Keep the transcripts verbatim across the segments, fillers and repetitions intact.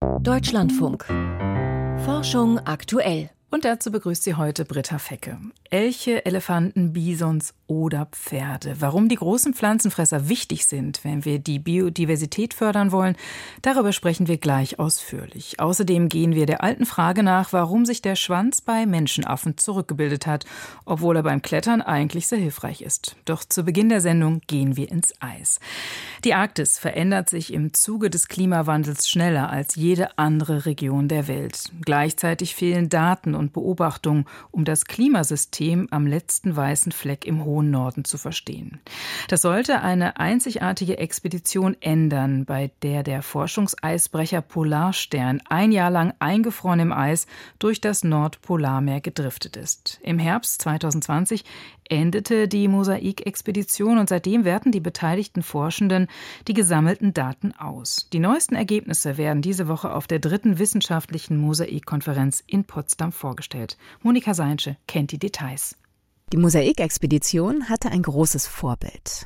Deutschlandfunk. Forschung aktuell. Und dazu begrüßt sie heute Britta Fecke. Elche, Elefanten, Bisons oder Pferde. Warum die großen Pflanzenfresser wichtig sind, wenn wir die Biodiversität fördern wollen, darüber sprechen wir gleich ausführlich. Außerdem gehen wir der alten Frage nach, warum sich der Schwanz bei Menschenaffen zurückgebildet hat, obwohl er beim Klettern eigentlich sehr hilfreich ist. Doch zu Beginn der Sendung gehen wir ins Eis. Die Arktis verändert sich im Zuge des Klimawandels schneller als jede andere Region der Welt. Gleichzeitig fehlen Daten und Beobachtungen, um das Klimasystem am letzten weißen Fleck im hohen Norden zu verstehen. Das sollte eine einzigartige Expedition ändern, bei der der Forschungseisbrecher Polarstern ein Jahr lang eingefroren im Eis durch das Nordpolarmeer gedriftet ist. Im Herbst zwanzig zwanzig endete die Mosaik-Expedition und seitdem werten die beteiligten Forschenden die gesammelten Daten aus. Die neuesten Ergebnisse werden diese Woche auf der dritten wissenschaftlichen Mosaik-Konferenz in Potsdam vorgestellt. Monika Seinsche kennt die Details. Die Mosaik-Expedition hatte ein großes Vorbild.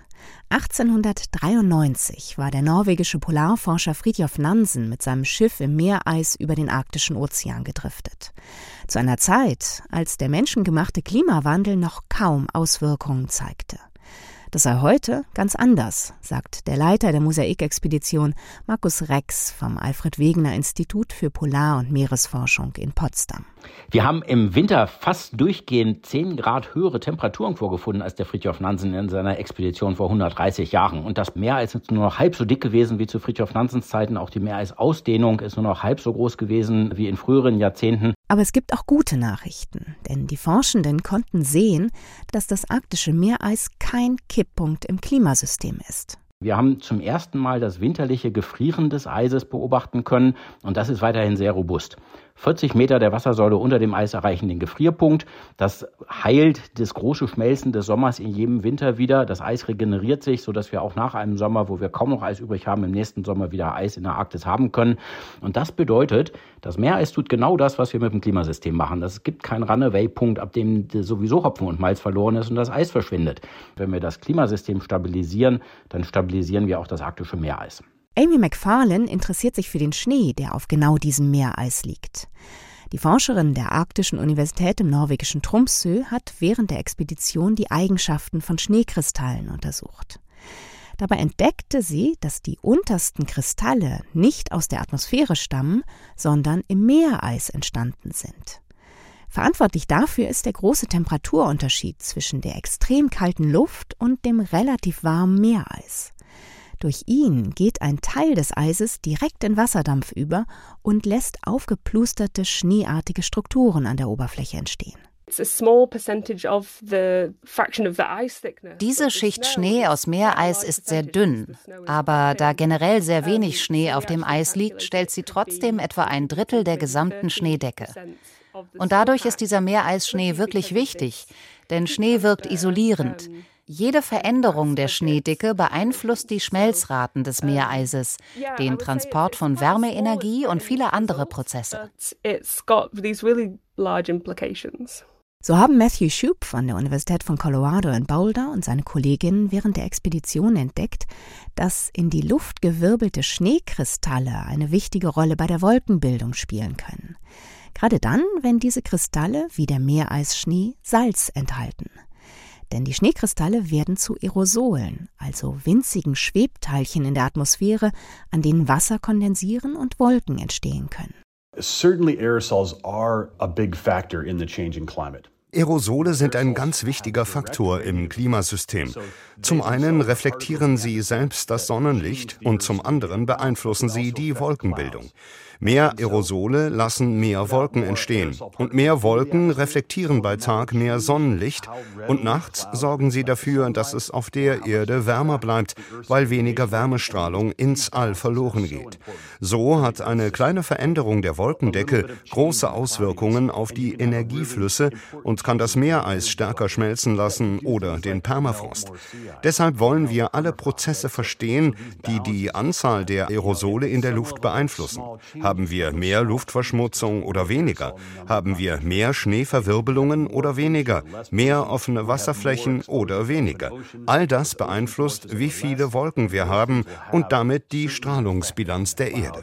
achtzehnhundertdreiundneunzig war der norwegische Polarforscher Fridtjof Nansen mit seinem Schiff im Meereis über den arktischen Ozean gedriftet. Zu einer Zeit, als der menschengemachte Klimawandel noch kaum Auswirkungen zeigte. Das sei heute ganz anders, sagt der Leiter der Mosaik-Expedition, Markus Rex vom Alfred-Wegener-Institut für Polar- und Meeresforschung in Potsdam. Wir haben im Winter fast durchgehend zehn Grad höhere Temperaturen vorgefunden als der Fridtjof Nansen in seiner Expedition vor hundertdreißig Jahren. Und das Meereis ist nur noch halb so dick gewesen wie zu Fridtjof Nansens Zeiten. Auch die Meereisausdehnung ist nur noch halb so groß gewesen wie in früheren Jahrzehnten. Aber es gibt auch gute Nachrichten, denn die Forschenden konnten sehen, dass das arktische Meereis kein Kipppunkt im Klimasystem ist. Wir haben zum ersten Mal das winterliche Gefrieren des Eises beobachten können und das ist weiterhin sehr robust. vierzig Meter der Wassersäule unter dem Eis erreichen den Gefrierpunkt. Das heilt das große Schmelzen des Sommers in jedem Winter wieder. Das Eis regeneriert sich, sodass wir auch nach einem Sommer, wo wir kaum noch Eis übrig haben, im nächsten Sommer wieder Eis in der Arktis haben können. Und das bedeutet, das Meereis tut genau das, was wir mit dem Klimasystem machen. Es gibt keinen Runaway-Punkt, ab dem sowieso Hopfen und Malz verloren ist und das Eis verschwindet. Wenn wir das Klimasystem stabilisieren, dann stabilisieren wir auch das arktische Meereis. Amy Macfarlane interessiert sich für den Schnee, der auf genau diesem Meereis liegt. Die Forscherin der Arktischen Universität im norwegischen Tromsø hat während der Expedition die Eigenschaften von Schneekristallen untersucht. Dabei entdeckte sie, dass die untersten Kristalle nicht aus der Atmosphäre stammen, sondern im Meereis entstanden sind. Verantwortlich dafür ist der große Temperaturunterschied zwischen der extrem kalten Luft und dem relativ warmen Meereis. Durch ihn geht ein Teil des Eises direkt in Wasserdampf über und lässt aufgeplusterte, schneeartige Strukturen an der Oberfläche entstehen. Diese Schicht Schnee aus Meereis ist sehr dünn, aber da generell sehr wenig Schnee auf dem Eis liegt, stellt sie trotzdem etwa ein Drittel der gesamten Schneedecke. Und dadurch ist dieser Meereisschnee wirklich wichtig, denn Schnee wirkt isolierend. Jede Veränderung der Schneedicke beeinflusst die Schmelzraten des Meereises, den Transport von Wärmeenergie und viele andere Prozesse. So haben Matthew Shoup von der Universität von Colorado in Boulder und seine Kolleginnen während der Expedition entdeckt, dass in die Luft gewirbelte Schneekristalle eine wichtige Rolle bei der Wolkenbildung spielen können. Gerade dann, wenn diese Kristalle, wie der Meereisschnee, Salz enthalten. Denn die Schneekristalle werden zu Aerosolen, also winzigen Schwebteilchen in der Atmosphäre, an denen Wasser kondensieren und Wolken entstehen können. Certainly aerosols are a big factor in the changing climate. Aerosole sind ein ganz wichtiger Faktor im Klimasystem. Zum einen reflektieren sie selbst das Sonnenlicht und zum anderen beeinflussen sie die Wolkenbildung. Mehr Aerosole lassen mehr Wolken entstehen und mehr Wolken reflektieren bei Tag mehr Sonnenlicht und nachts sorgen sie dafür, dass es auf der Erde wärmer bleibt, weil weniger Wärmestrahlung ins All verloren geht. So hat eine kleine Veränderung der Wolkendecke große Auswirkungen auf die Energieflüsse und kann das Meereis stärker schmelzen lassen oder den Permafrost. Deshalb wollen wir alle Prozesse verstehen, die die Anzahl der Aerosole in der Luft beeinflussen. Haben wir mehr Luftverschmutzung oder weniger? Haben wir mehr Schneeverwirbelungen oder weniger? Mehr offene Wasserflächen oder weniger? All das beeinflusst, wie viele Wolken wir haben und damit die Strahlungsbilanz der Erde.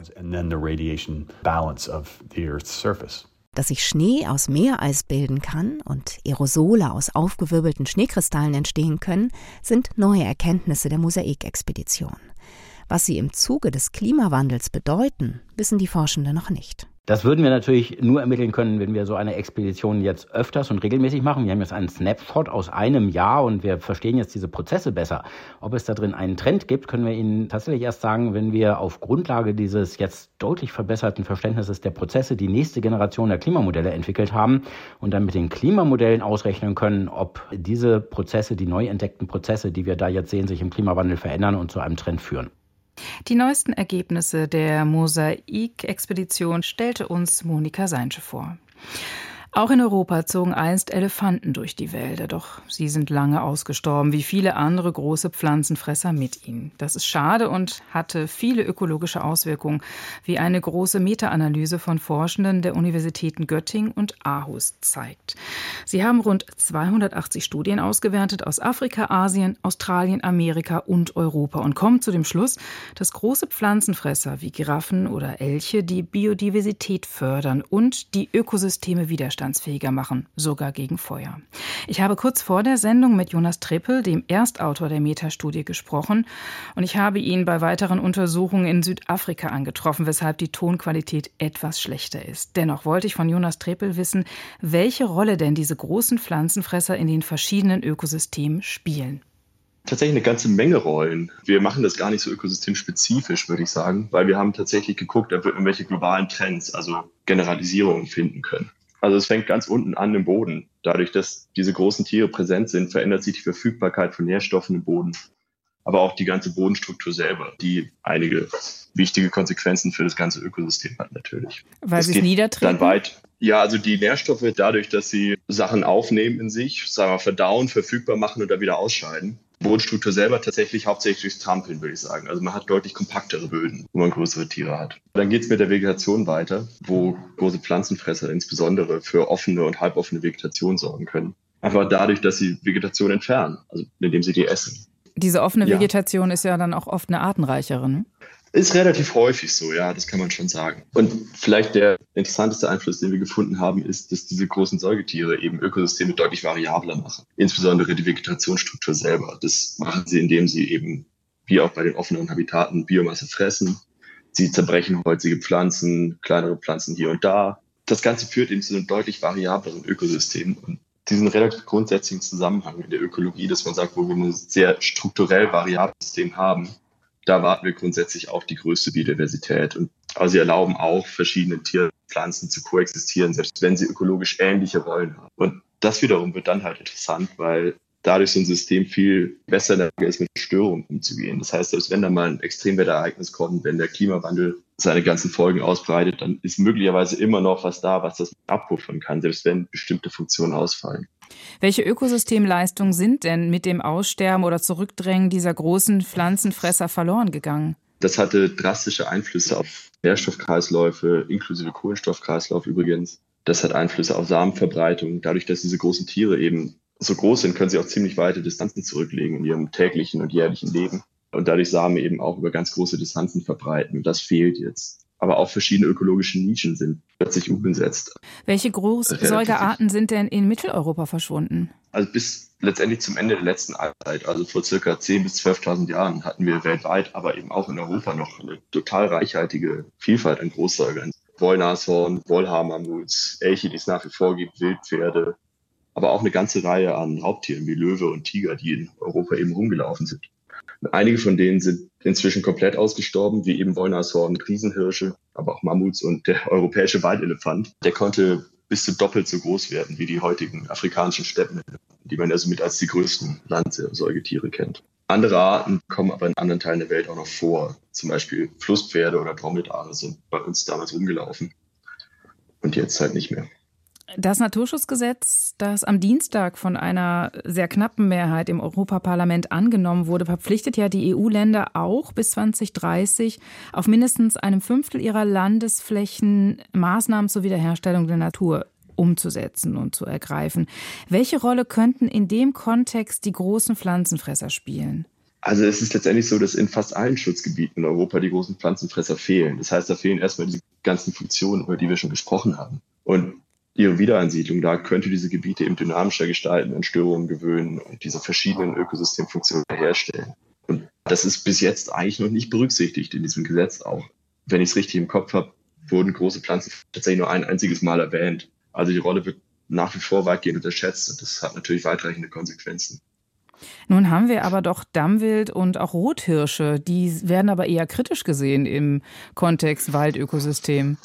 Dass sich Schnee aus Meereis bilden kann und Aerosole aus aufgewirbelten Schneekristallen entstehen können, sind neue Erkenntnisse der Mosaikexpedition. Was sie im Zuge des Klimawandels bedeuten, wissen die Forschenden noch nicht. Das würden wir natürlich nur ermitteln können, wenn wir so eine Expedition jetzt öfters und regelmäßig machen. Wir haben jetzt einen Snapshot aus einem Jahr und wir verstehen jetzt diese Prozesse besser. Ob es da drin einen Trend gibt, können wir Ihnen tatsächlich erst sagen, wenn wir auf Grundlage dieses jetzt deutlich verbesserten Verständnisses der Prozesse die nächste Generation der Klimamodelle entwickelt haben und dann mit den Klimamodellen ausrechnen können, ob diese Prozesse, die neu entdeckten Prozesse, die wir da jetzt sehen, sich im Klimawandel verändern und zu einem Trend führen. Die neuesten Ergebnisse der Mosaik-Expedition stellte uns Monika Seinsche vor. Auch in Europa zogen einst Elefanten durch die Wälder, doch sie sind lange ausgestorben, wie viele andere große Pflanzenfresser mit ihnen. Das ist schade und hatte viele ökologische Auswirkungen, wie eine große Meta-Analyse von Forschenden der Universitäten Göttingen und Aarhus zeigt. Sie haben rund zweihundertachtzig Studien ausgewertet aus Afrika, Asien, Australien, Amerika und Europa und kommen zu dem Schluss, dass große Pflanzenfresser wie Giraffen oder Elche die Biodiversität fördern und die Ökosysteme widerstandsfähiger machen, sogar gegen Feuer. Ich habe kurz vor der Sendung mit Jonas Trippel, dem Erstautor der Metastudie, gesprochen und ich habe ihn bei weiteren Untersuchungen in Südafrika angetroffen, weshalb die Tonqualität etwas schlechter ist. Dennoch wollte ich von Jonas Trippel wissen, welche Rolle denn diese großen Pflanzenfresser in den verschiedenen Ökosystemen spielen. Tatsächlich eine ganze Menge Rollen. Wir machen das gar nicht so ökosystemspezifisch, würde ich sagen, weil wir haben tatsächlich geguckt, ob wir irgendwelche globalen Trends, also Generalisierungen finden können. Also es fängt ganz unten an im Boden. Dadurch, dass diese großen Tiere präsent sind, verändert sich die Verfügbarkeit von Nährstoffen im Boden. Aber auch die ganze Bodenstruktur selber, die einige wichtige Konsequenzen für das ganze Ökosystem hat natürlich. Weil sie es niedertreten? Dann weit. Ja, also die Nährstoffe dadurch, dass sie Sachen aufnehmen in sich, sagen wir verdauen, verfügbar machen und dann wieder ausscheiden. Bodenstruktur selber tatsächlich hauptsächlich durchs Trampeln, würde ich sagen. Also man hat deutlich kompaktere Böden, wo man größere Tiere hat. Dann geht es mit der Vegetation weiter, wo große Pflanzenfresser insbesondere für offene und halboffene Vegetation sorgen können. Einfach dadurch, dass sie Vegetation entfernen, also indem sie die essen. Diese offene Ja. Vegetation ist ja dann auch oft eine artenreichere, ne? Ist relativ häufig so, ja, das kann man schon sagen. Und vielleicht der interessanteste Einfluss, den wir gefunden haben, ist, dass diese großen Säugetiere eben Ökosysteme deutlich variabler machen. Insbesondere die Vegetationsstruktur selber. Das machen sie, indem sie eben, wie auch bei den offenen Habitaten, Biomasse fressen. Sie zerbrechen holzige Pflanzen, kleinere Pflanzen hier und da. Das Ganze führt eben zu einem deutlich variableren Ökosystem. Und diesen relativ grundsätzlichen Zusammenhang in der Ökologie, dass man sagt, wo wir ein sehr strukturell variables System haben, da erwarten wir grundsätzlich auch die größte Biodiversität. Und, aber sie erlauben auch verschiedenen Tieren, Pflanzen zu koexistieren, selbst wenn sie ökologisch ähnliche Rollen haben. Und das wiederum wird dann halt interessant, weil dadurch so ein System viel besser in der Lage ist, mit Störungen umzugehen. Das heißt, selbst wenn da mal ein Extremwetterereignis kommt, wenn der Klimawandel seine ganzen Folgen ausbreitet, dann ist möglicherweise immer noch was da, was das abpuffern kann, selbst wenn bestimmte Funktionen ausfallen. Welche Ökosystemleistungen sind denn mit dem Aussterben oder Zurückdrängen dieser großen Pflanzenfresser verloren gegangen? Das hatte drastische Einflüsse auf Nährstoffkreisläufe, inklusive Kohlenstoffkreislauf übrigens. Das hat Einflüsse auf Samenverbreitung. Dadurch, dass diese großen Tiere eben so groß sind, können sie auch ziemlich weite Distanzen zurücklegen in ihrem täglichen und jährlichen Leben. Und dadurch Samen eben auch über ganz große Distanzen verbreiten. Und das fehlt jetzt. Aber auch verschiedene ökologische Nischen sind plötzlich umgesetzt. Welche Großsäugerarten sind denn in Mitteleuropa verschwunden? Also bis letztendlich zum Ende der letzten Eiszeit, also vor circa zehntausend bis zwölftausend Jahren, hatten wir weltweit, aber eben auch in Europa noch eine total reichhaltige Vielfalt an Großsäugern. Wollnashorn, Wollhaarmammuts, Elche, die es nach wie vor gibt, Wildpferde, aber auch eine ganze Reihe an Raubtieren wie Löwe und Tiger, die in Europa eben rumgelaufen sind. Einige von denen sind inzwischen komplett ausgestorben, wie eben Wollnashorn, Riesenhirsche, aber auch Mammuts und der europäische Waldelefant. Der konnte bis zu doppelt so groß werden wie die heutigen afrikanischen Steppen, die man also mit als die größten Landsäugetiere kennt. Andere Arten kommen aber in anderen Teilen der Welt auch noch vor. Zum Beispiel Flusspferde oder Dromedare sind bei uns damals rumgelaufen und jetzt halt nicht mehr. Das Naturschutzgesetz, das am Dienstag von einer sehr knappen Mehrheit im Europaparlament angenommen wurde, verpflichtet ja die E U-Länder auch bis zwanzig dreißig auf mindestens einem Fünftel ihrer Landesflächen Maßnahmen zur Wiederherstellung der Natur umzusetzen und zu ergreifen. Welche Rolle könnten in dem Kontext die großen Pflanzenfresser spielen? Also es ist letztendlich so, dass in fast allen Schutzgebieten in Europa die großen Pflanzenfresser fehlen. Das heißt, da fehlen erstmal diese ganzen Funktionen, über die wir schon gesprochen haben. Und ihre Wiederansiedlung da könnte diese Gebiete eben dynamischer gestalten, an Störungen gewöhnen und diese verschiedenen Ökosystemfunktionen herstellen. Und das ist bis jetzt eigentlich noch nicht berücksichtigt in diesem Gesetz auch. Wenn ich es richtig im Kopf habe, wurden große Pflanzen tatsächlich nur ein einziges Mal erwähnt. Also die Rolle wird nach wie vor weitgehend unterschätzt und das hat natürlich weitreichende Konsequenzen. Nun haben wir aber doch Dammwild und auch Rothirsche. Die werden aber eher kritisch gesehen im Kontext Waldökosystem.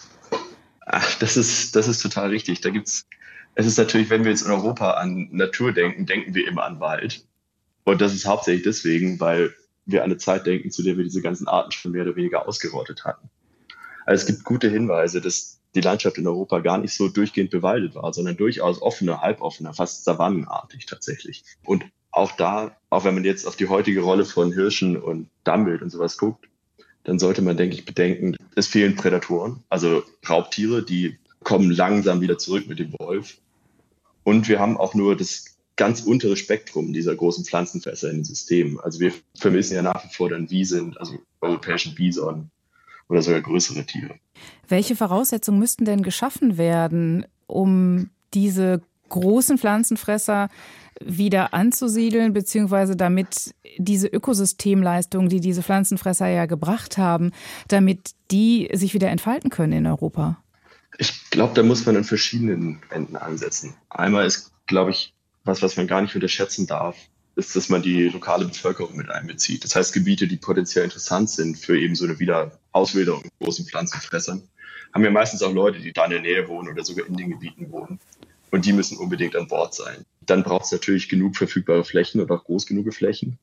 Ach, das ist, das ist total richtig. Da gibt's, es ist natürlich, wenn wir jetzt in Europa an Natur denken, denken wir immer an Wald. Und das ist hauptsächlich deswegen, weil wir an eine Zeit denken, zu der wir diese ganzen Arten schon mehr oder weniger ausgerottet hatten. Also es gibt gute Hinweise, dass die Landschaft in Europa gar nicht so durchgehend bewaldet war, sondern durchaus offener, halboffener, fast savannenartig tatsächlich. Und auch da, auch wenn man jetzt auf die heutige Rolle von Hirschen und Dammwild und sowas guckt, dann sollte man, denke ich, bedenken, es fehlen Prädatoren, also Raubtiere, die kommen langsam wieder zurück mit dem Wolf. Und wir haben auch nur das ganz untere Spektrum dieser großen Pflanzenfresser in den Systemen. Also wir vermissen ja nach wie vor dann Wiesent, also europäischen Bison oder sogar größere Tiere. Welche Voraussetzungen müssten denn geschaffen werden, um diese großen Pflanzenfresser wieder anzusiedeln, beziehungsweise damit diese Ökosystemleistung, die diese Pflanzenfresser ja gebracht haben, damit die sich wieder entfalten können in Europa? Ich glaube, da muss man an verschiedenen Enden ansetzen. Einmal ist, glaube ich, was, was man gar nicht unterschätzen darf, ist, dass man die lokale Bevölkerung mit einbezieht. Das heißt, Gebiete, die potenziell interessant sind für eben so eine Wiederauswilderung von großen Pflanzenfressern, haben ja meistens auch Leute, die da in der Nähe wohnen oder sogar in den Gebieten wohnen. Und die müssen unbedingt an Bord sein. Dann braucht es natürlich genug verfügbare Flächen und auch groß genug Flächen.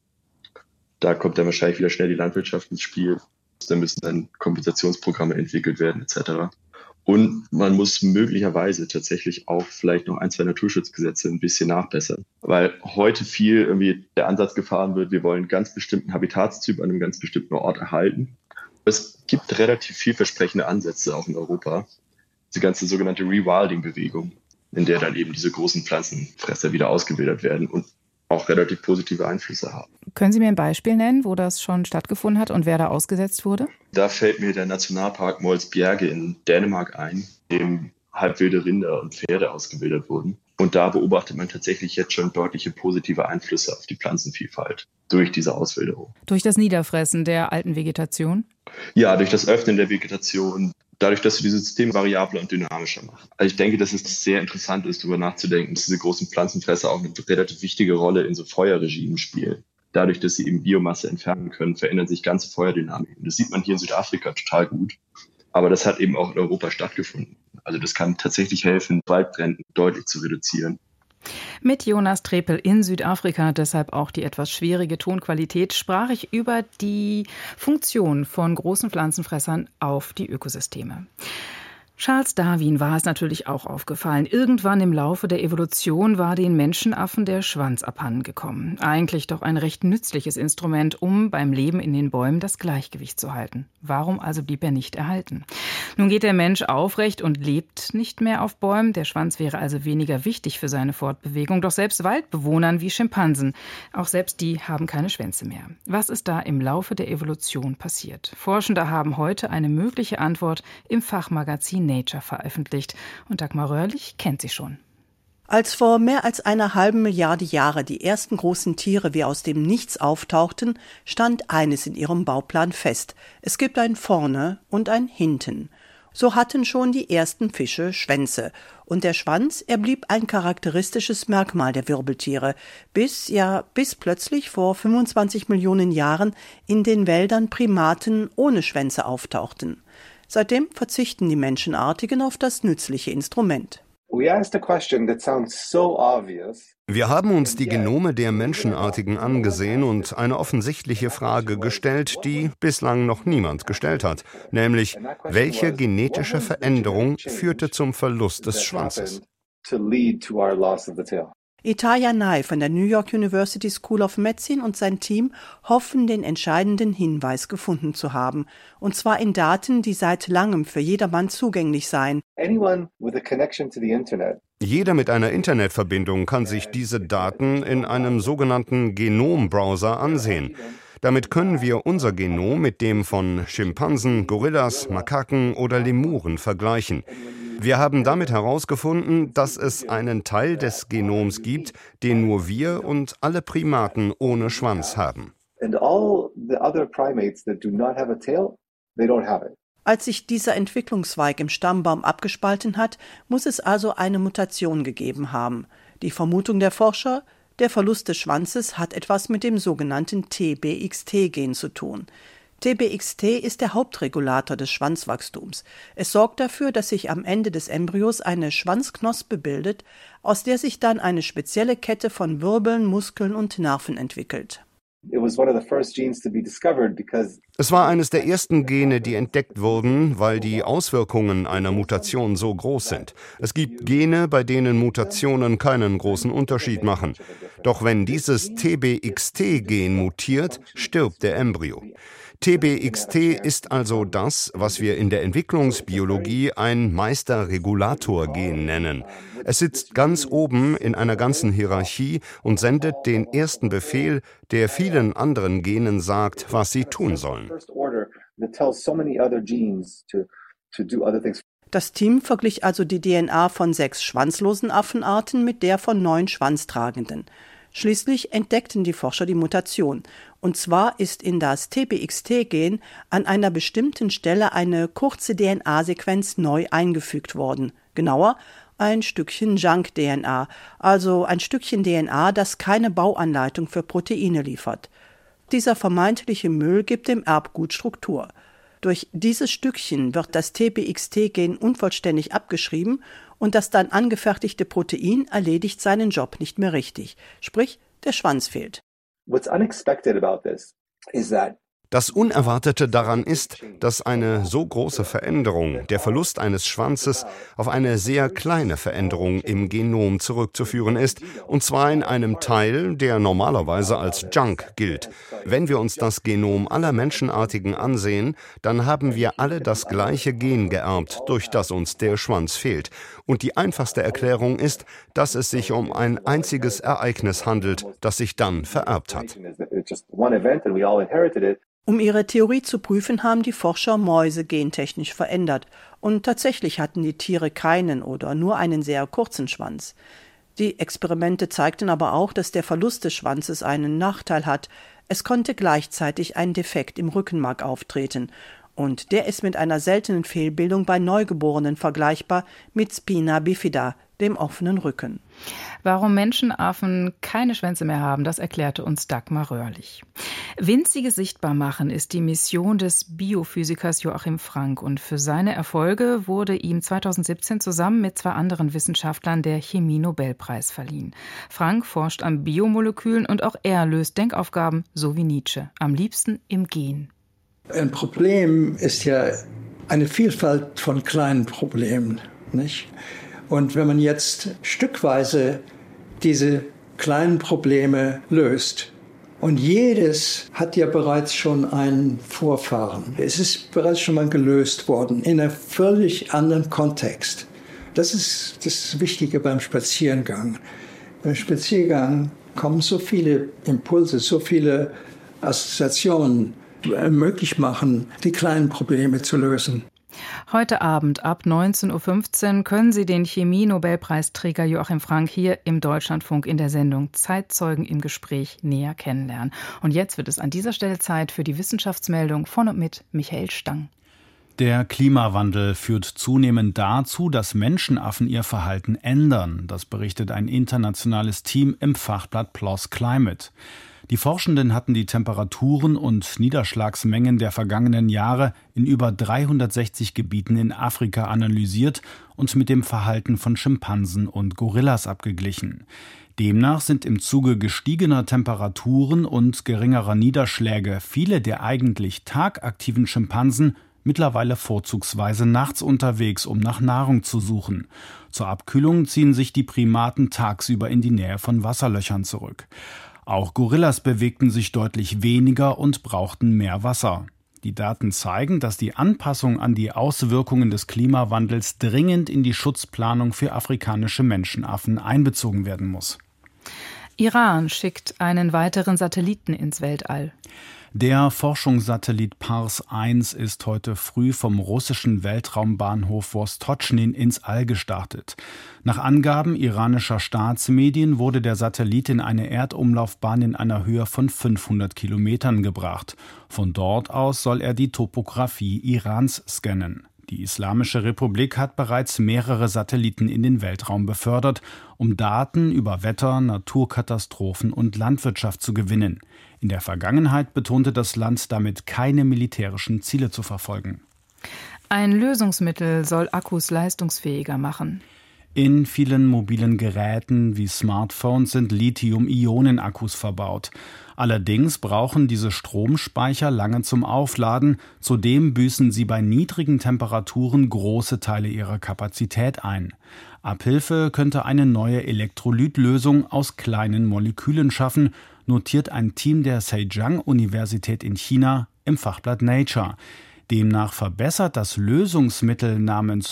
Da kommt dann wahrscheinlich wieder schnell die Landwirtschaft ins Spiel. Da müssen dann Kompensationsprogramme entwickelt werden et cetera. Und man muss möglicherweise tatsächlich auch vielleicht noch ein, zwei Naturschutzgesetze ein bisschen nachbessern. Weil heute viel irgendwie der Ansatz gefahren wird, wir wollen einen ganz bestimmten Habitatstyp an einem ganz bestimmten Ort erhalten. Es gibt relativ vielversprechende Ansätze auch in Europa. Die ganze sogenannte Rewilding-Bewegung, in der dann eben diese großen Pflanzenfresser wieder ausgewildert werden und auch relativ positive Einflüsse haben. Können Sie mir ein Beispiel nennen, wo das schon stattgefunden hat und wer da ausgesetzt wurde? Da fällt mir der Nationalpark Mols Bjerge in Dänemark ein, in dem halbwilde Rinder und Pferde ausgewildert wurden. Und da beobachtet man tatsächlich jetzt schon deutliche positive Einflüsse auf die Pflanzenvielfalt durch diese Auswilderung. Durch das Niederfressen der alten Vegetation? Ja, durch das Öffnen der Vegetation, dadurch, dass du dieses System variabler und dynamischer machst. Also ich denke, dass es sehr interessant ist, darüber nachzudenken, dass diese großen Pflanzenfresser auch eine relativ wichtige Rolle in so Feuerregimen spielen. Dadurch, dass sie eben Biomasse entfernen können, verändern sich ganze Feuerdynamiken. Das sieht man hier in Südafrika total gut. Aber das hat eben auch in Europa stattgefunden. Also das kann tatsächlich helfen, Waldbrände deutlich zu reduzieren. Mit Jonas Trepel in Südafrika, deshalb auch die etwas schwierige Tonqualität, sprach ich über die Funktion von großen Pflanzenfressern auf die Ökosysteme. Charles Darwin war es natürlich auch aufgefallen. Irgendwann im Laufe der Evolution war den Menschenaffen der Schwanz abhanden gekommen. Eigentlich doch ein recht nützliches Instrument, um beim Leben in den Bäumen das Gleichgewicht zu halten. Warum also blieb er nicht erhalten? Nun geht der Mensch aufrecht und lebt nicht mehr auf Bäumen. Der Schwanz wäre also weniger wichtig für seine Fortbewegung. Doch selbst Waldbewohnern wie Schimpansen, auch selbst die haben keine Schwänze mehr. Was ist da im Laufe der Evolution passiert? Forschende haben heute eine mögliche Antwort im Fachmagazin Nature veröffentlicht. Und Dagmar Röhrlich kennt sie schon. Als vor mehr als einer halben Milliarde Jahre die ersten großen Tiere wie aus dem Nichts auftauchten, stand eines in ihrem Bauplan fest. Es gibt ein Vorne und ein Hinten. So hatten schon die ersten Fische Schwänze. Und der Schwanz, er blieb ein charakteristisches Merkmal der Wirbeltiere, bis, ja, bis plötzlich vor fünfundzwanzig Millionen Jahren in den Wäldern Primaten ohne Schwänze auftauchten. Seitdem verzichten die Menschenartigen auf das nützliche Instrument. Wir haben uns die Genome der Menschenartigen angesehen und eine offensichtliche Frage gestellt, die bislang noch niemand gestellt hat, nämlich welche genetische Veränderung führte zum Verlust des Schwanzes? to lead to our loss of the tail. Itaja Nai von der New York University School of Medicine und sein Team hoffen, den entscheidenden Hinweis gefunden zu haben. Und zwar in Daten, die seit langem für jedermann zugänglich seien. Anyone with a connection to the Internet. Jeder mit einer Internetverbindung kann sich diese Daten in einem sogenannten Genombrowser ansehen. Damit können wir unser Genom mit dem von Schimpansen, Gorillas, Makaken oder Lemuren vergleichen. Wir haben damit herausgefunden, dass es einen Teil des Genoms gibt, den nur wir und alle Primaten ohne Schwanz haben. Als sich dieser Entwicklungszweig im Stammbaum abgespalten hat, muss es also eine Mutation gegeben haben. Die Vermutung der Forscher: Der Verlust des Schwanzes hat etwas mit dem sogenannten T B X T-Gen zu tun. T B X T ist der Hauptregulator des Schwanzwachstums. Es sorgt dafür, dass sich am Ende des Embryos eine Schwanzknospe bildet, aus der sich dann eine spezielle Kette von Wirbeln, Muskeln und Nerven entwickelt. Es war eines der ersten Gene, die entdeckt wurden, weil die Auswirkungen einer Mutation so groß sind. Es gibt Gene, bei denen Mutationen keinen großen Unterschied machen. Doch wenn dieses T B X T-Gen mutiert, stirbt der Embryo. T B X T ist also das, was wir in der Entwicklungsbiologie ein Meisterregulator-Gen nennen. Es sitzt ganz oben in einer ganzen Hierarchie und sendet den ersten Befehl, der vielen anderen Genen sagt, was sie tun sollen. Das Team verglich also die D N A von sechs schwanzlosen Affenarten mit der von neun schwanztragenden. Schließlich entdeckten die Forscher die Mutation. Und zwar ist in das T B X T-Gen an einer bestimmten Stelle eine kurze D N A-Sequenz neu eingefügt worden. Genauer, ein Stückchen Junk-D N A, also ein Stückchen D N A, das keine Bauanleitung für Proteine liefert. Dieser vermeintliche Müll gibt dem Erbgut Struktur. Durch dieses Stückchen wird das T B X T-Gen unvollständig abgeschrieben und das dann angefertigte Protein erledigt seinen Job nicht mehr richtig. Sprich, der Schwanz fehlt. What's unexpected about this is that Das Unerwartete daran ist, dass eine so große Veränderung, der Verlust eines Schwanzes, auf eine sehr kleine Veränderung im Genom zurückzuführen ist, und zwar in einem Teil, der normalerweise als Junk gilt. Wenn wir uns das Genom aller Menschenartigen ansehen, dann haben wir alle das gleiche Gen geerbt, durch das uns der Schwanz fehlt. Und die einfachste Erklärung ist, dass es sich um ein einziges Ereignis handelt, das sich dann vererbt hat. Um ihre Theorie zu prüfen, haben die Forscher Mäuse gentechnisch verändert. Und tatsächlich hatten die Tiere keinen oder nur einen sehr kurzen Schwanz. Die Experimente zeigten aber auch, dass der Verlust des Schwanzes einen Nachteil hat. Es konnte gleichzeitig ein Defekt im Rückenmark auftreten. Und der ist mit einer seltenen Fehlbildung bei Neugeborenen vergleichbar mit Spina bifida, dem offenen Rücken. Warum Menschenaffen keine Schwänze mehr haben, das erklärte uns Dagmar Röhrlich. Winziges Sichtbarmachen ist die Mission des Biophysikers Joachim Frank. Und für seine Erfolge wurde ihm zweitausendsiebzehn zusammen mit zwei anderen Wissenschaftlern der Chemie-Nobelpreis verliehen. Frank forscht an Biomolekülen und auch er löst Denkaufgaben, so wie Nietzsche, am liebsten im Gen. Ein Problem ist ja eine Vielfalt von kleinen Problemen, nicht? Und wenn man jetzt stückweise diese kleinen Probleme löst, und jedes hat ja bereits schon einen Vorfahren. Es ist bereits schon mal gelöst worden in einem völlig anderen Kontext. Das ist das Wichtige beim Spaziergang. Beim Spaziergang kommen so viele Impulse, so viele Assoziationen, die möglich machen, die kleinen Probleme zu lösen. Heute Abend ab neunzehn Uhr fünfzehn können Sie den Chemie-Nobelpreisträger Joachim Frank hier im Deutschlandfunk in der Sendung Zeitzeugen im Gespräch näher kennenlernen. Und jetzt wird es an dieser Stelle Zeit für die Wissenschaftsmeldung von und mit Michael Stang. Der Klimawandel führt zunehmend dazu, dass Menschenaffen ihr Verhalten ändern. Das berichtet ein internationales Team im Fachblatt P L O S Climate. Die Forschenden hatten die Temperaturen und Niederschlagsmengen der vergangenen Jahre in über dreihundertsechzig Gebieten in Afrika analysiert und mit dem Verhalten von Schimpansen und Gorillas abgeglichen. Demnach sind im Zuge gestiegener Temperaturen und geringerer Niederschläge viele der eigentlich tagaktiven Schimpansen mittlerweile vorzugsweise nachts unterwegs, um nach Nahrung zu suchen. Zur Abkühlung ziehen sich die Primaten tagsüber in die Nähe von Wasserlöchern zurück. Auch Gorillas bewegten sich deutlich weniger und brauchten mehr Wasser. Die Daten zeigen, dass die Anpassung an die Auswirkungen des Klimawandels dringend in die Schutzplanung für afrikanische Menschenaffen einbezogen werden muss. Iran schickt einen weiteren Satelliten ins Weltall. Der Forschungssatellit Pars eins ist heute früh vom russischen Weltraumbahnhof Vostochnin ins All gestartet. Nach Angaben iranischer Staatsmedien wurde der Satellit in eine Erdumlaufbahn in einer Höhe von fünfhundert Kilometern gebracht. Von dort aus soll er die Topographie Irans scannen. Die Islamische Republik hat bereits mehrere Satelliten in den Weltraum befördert, um Daten über Wetter, Naturkatastrophen und Landwirtschaft zu gewinnen. In der Vergangenheit betonte das Land damit, keine militärischen Ziele zu verfolgen. Ein Lösungsmittel soll Akkus leistungsfähiger machen. In vielen mobilen Geräten wie Smartphones sind Lithium-Ionen-Akkus verbaut. Allerdings brauchen diese Stromspeicher lange zum Aufladen. Zudem büßen sie bei niedrigen Temperaturen große Teile ihrer Kapazität ein. Abhilfe könnte eine neue Elektrolytlösung aus kleinen Molekülen schaffen, notiert ein Team der Zhejiang-Universität in China im Fachblatt Nature. Demnach verbessert das Lösungsmittel namens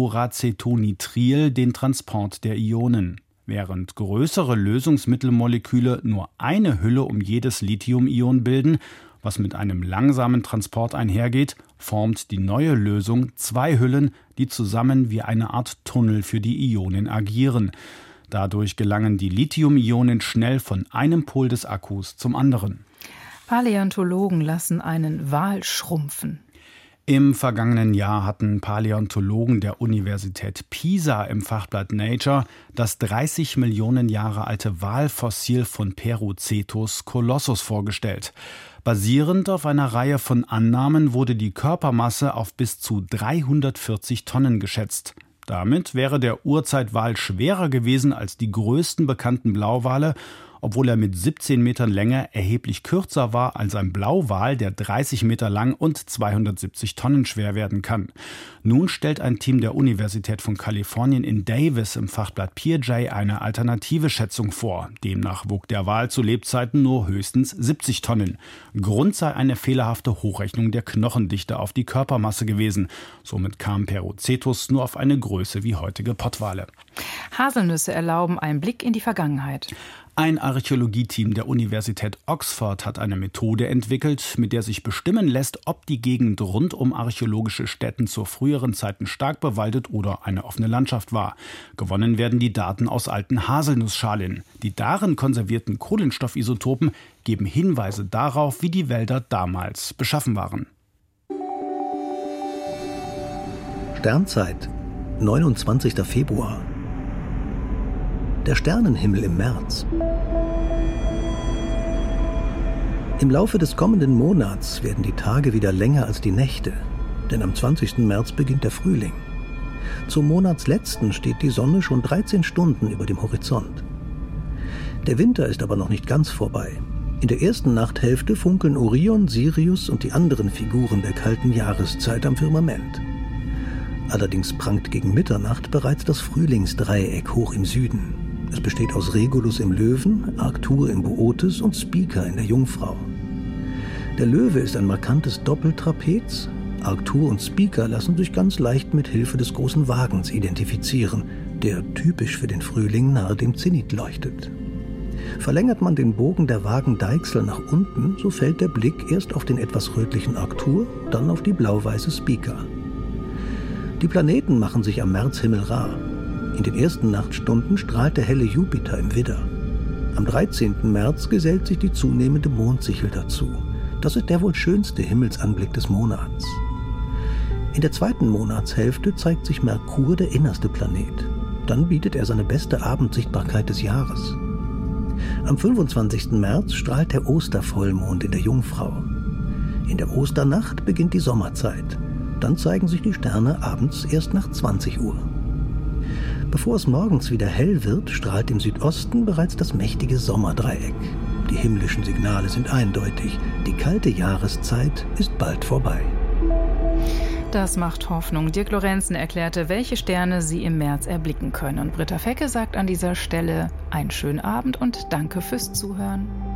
Fluoracetonitril den Transport der Ionen. Während größere Lösungsmittelmoleküle nur eine Hülle um jedes Lithium-Ion bilden, was mit einem langsamen Transport einhergeht, formt die neue Lösung zwei Hüllen, die zusammen wie eine Art Tunnel für die Ionen agieren. Dadurch gelangen die Lithium-Ionen schnell von einem Pol des Akkus zum anderen. Paläontologen lassen einen Wal schrumpfen. Im vergangenen Jahr hatten Paläontologen der Universität Pisa im Fachblatt Nature das dreißig Millionen Jahre alte Walfossil von Perucetus colossus vorgestellt. Basierend auf einer Reihe von Annahmen wurde die Körpermasse auf bis zu dreihundertvierzig Tonnen geschätzt. Damit wäre der Urzeitwal schwerer gewesen als die größten bekannten Blauwale, obwohl er mit siebzehn Metern Länge erheblich kürzer war als ein Blauwal, der dreißig Meter lang und zweihundertsiebzig Tonnen schwer werden kann. Nun stellt ein Team der Universität von Kalifornien in Davis im Fachblatt P J eine alternative Schätzung vor. Demnach wog der Wal zu Lebzeiten nur höchstens siebzig Tonnen. Grund sei eine fehlerhafte Hochrechnung der Knochendichte auf die Körpermasse gewesen. Somit kam Perucetus nur auf eine Größe wie heutige Pottwale. Haselnüsse erlauben einen Blick in die Vergangenheit. Ein Archäologieteam der Universität Oxford hat eine Methode entwickelt, mit der sich bestimmen lässt, ob die Gegend rund um archäologische Stätten zu früheren Zeiten stark bewaldet oder eine offene Landschaft war. Gewonnen werden die Daten aus alten Haselnussschalen. Die darin konservierten Kohlenstoffisotopen geben Hinweise darauf, wie die Wälder damals beschaffen waren. Sternzeit, neunundzwanzigster Februar. Der Sternenhimmel im März. Im Laufe des kommenden Monats werden die Tage wieder länger als die Nächte, denn am zwanzigsten März beginnt der Frühling. Zum Monatsletzten steht die Sonne schon dreizehn Stunden über dem Horizont. Der Winter ist aber noch nicht ganz vorbei. In der ersten Nachthälfte funkeln Orion, Sirius und die anderen Figuren der kalten Jahreszeit am Firmament. Allerdings prangt gegen Mitternacht bereits das Frühlingsdreieck hoch im Süden. Es besteht aus Regulus im Löwen, Arctur im Bootes und Spica in der Jungfrau. Der Löwe ist ein markantes Doppeltrapez. Arctur und Spica lassen sich ganz leicht mit Hilfe des großen Wagens identifizieren, der typisch für den Frühling nahe dem Zenit leuchtet. Verlängert man den Bogen der Wagendeichsel nach unten, so fällt der Blick erst auf den etwas rötlichen Arctur, dann auf die blau-weiße Spica. Die Planeten machen sich am Märzhimmel rar. In den ersten Nachtstunden strahlt der helle Jupiter im Widder. Am dreizehnten März gesellt sich die zunehmende Mondsichel dazu. Das ist der wohl schönste Himmelsanblick des Monats. In der zweiten Monatshälfte zeigt sich Merkur, der innerste Planet. Dann bietet er seine beste Abendsichtbarkeit des Jahres. Am fünfundzwanzigsten März strahlt der Ostervollmond in der Jungfrau. In der Osternacht beginnt die Sommerzeit. Dann zeigen sich die Sterne abends erst nach zwanzig Uhr. Bevor es morgens wieder hell wird, strahlt im Südosten bereits das mächtige Sommerdreieck. Die himmlischen Signale sind eindeutig. Die kalte Jahreszeit ist bald vorbei. Das macht Hoffnung. Dirk Lorenzen erklärte, welche Sterne Sie im März erblicken können. Und Britta Fecke sagt an dieser Stelle einen schönen Abend und danke fürs Zuhören.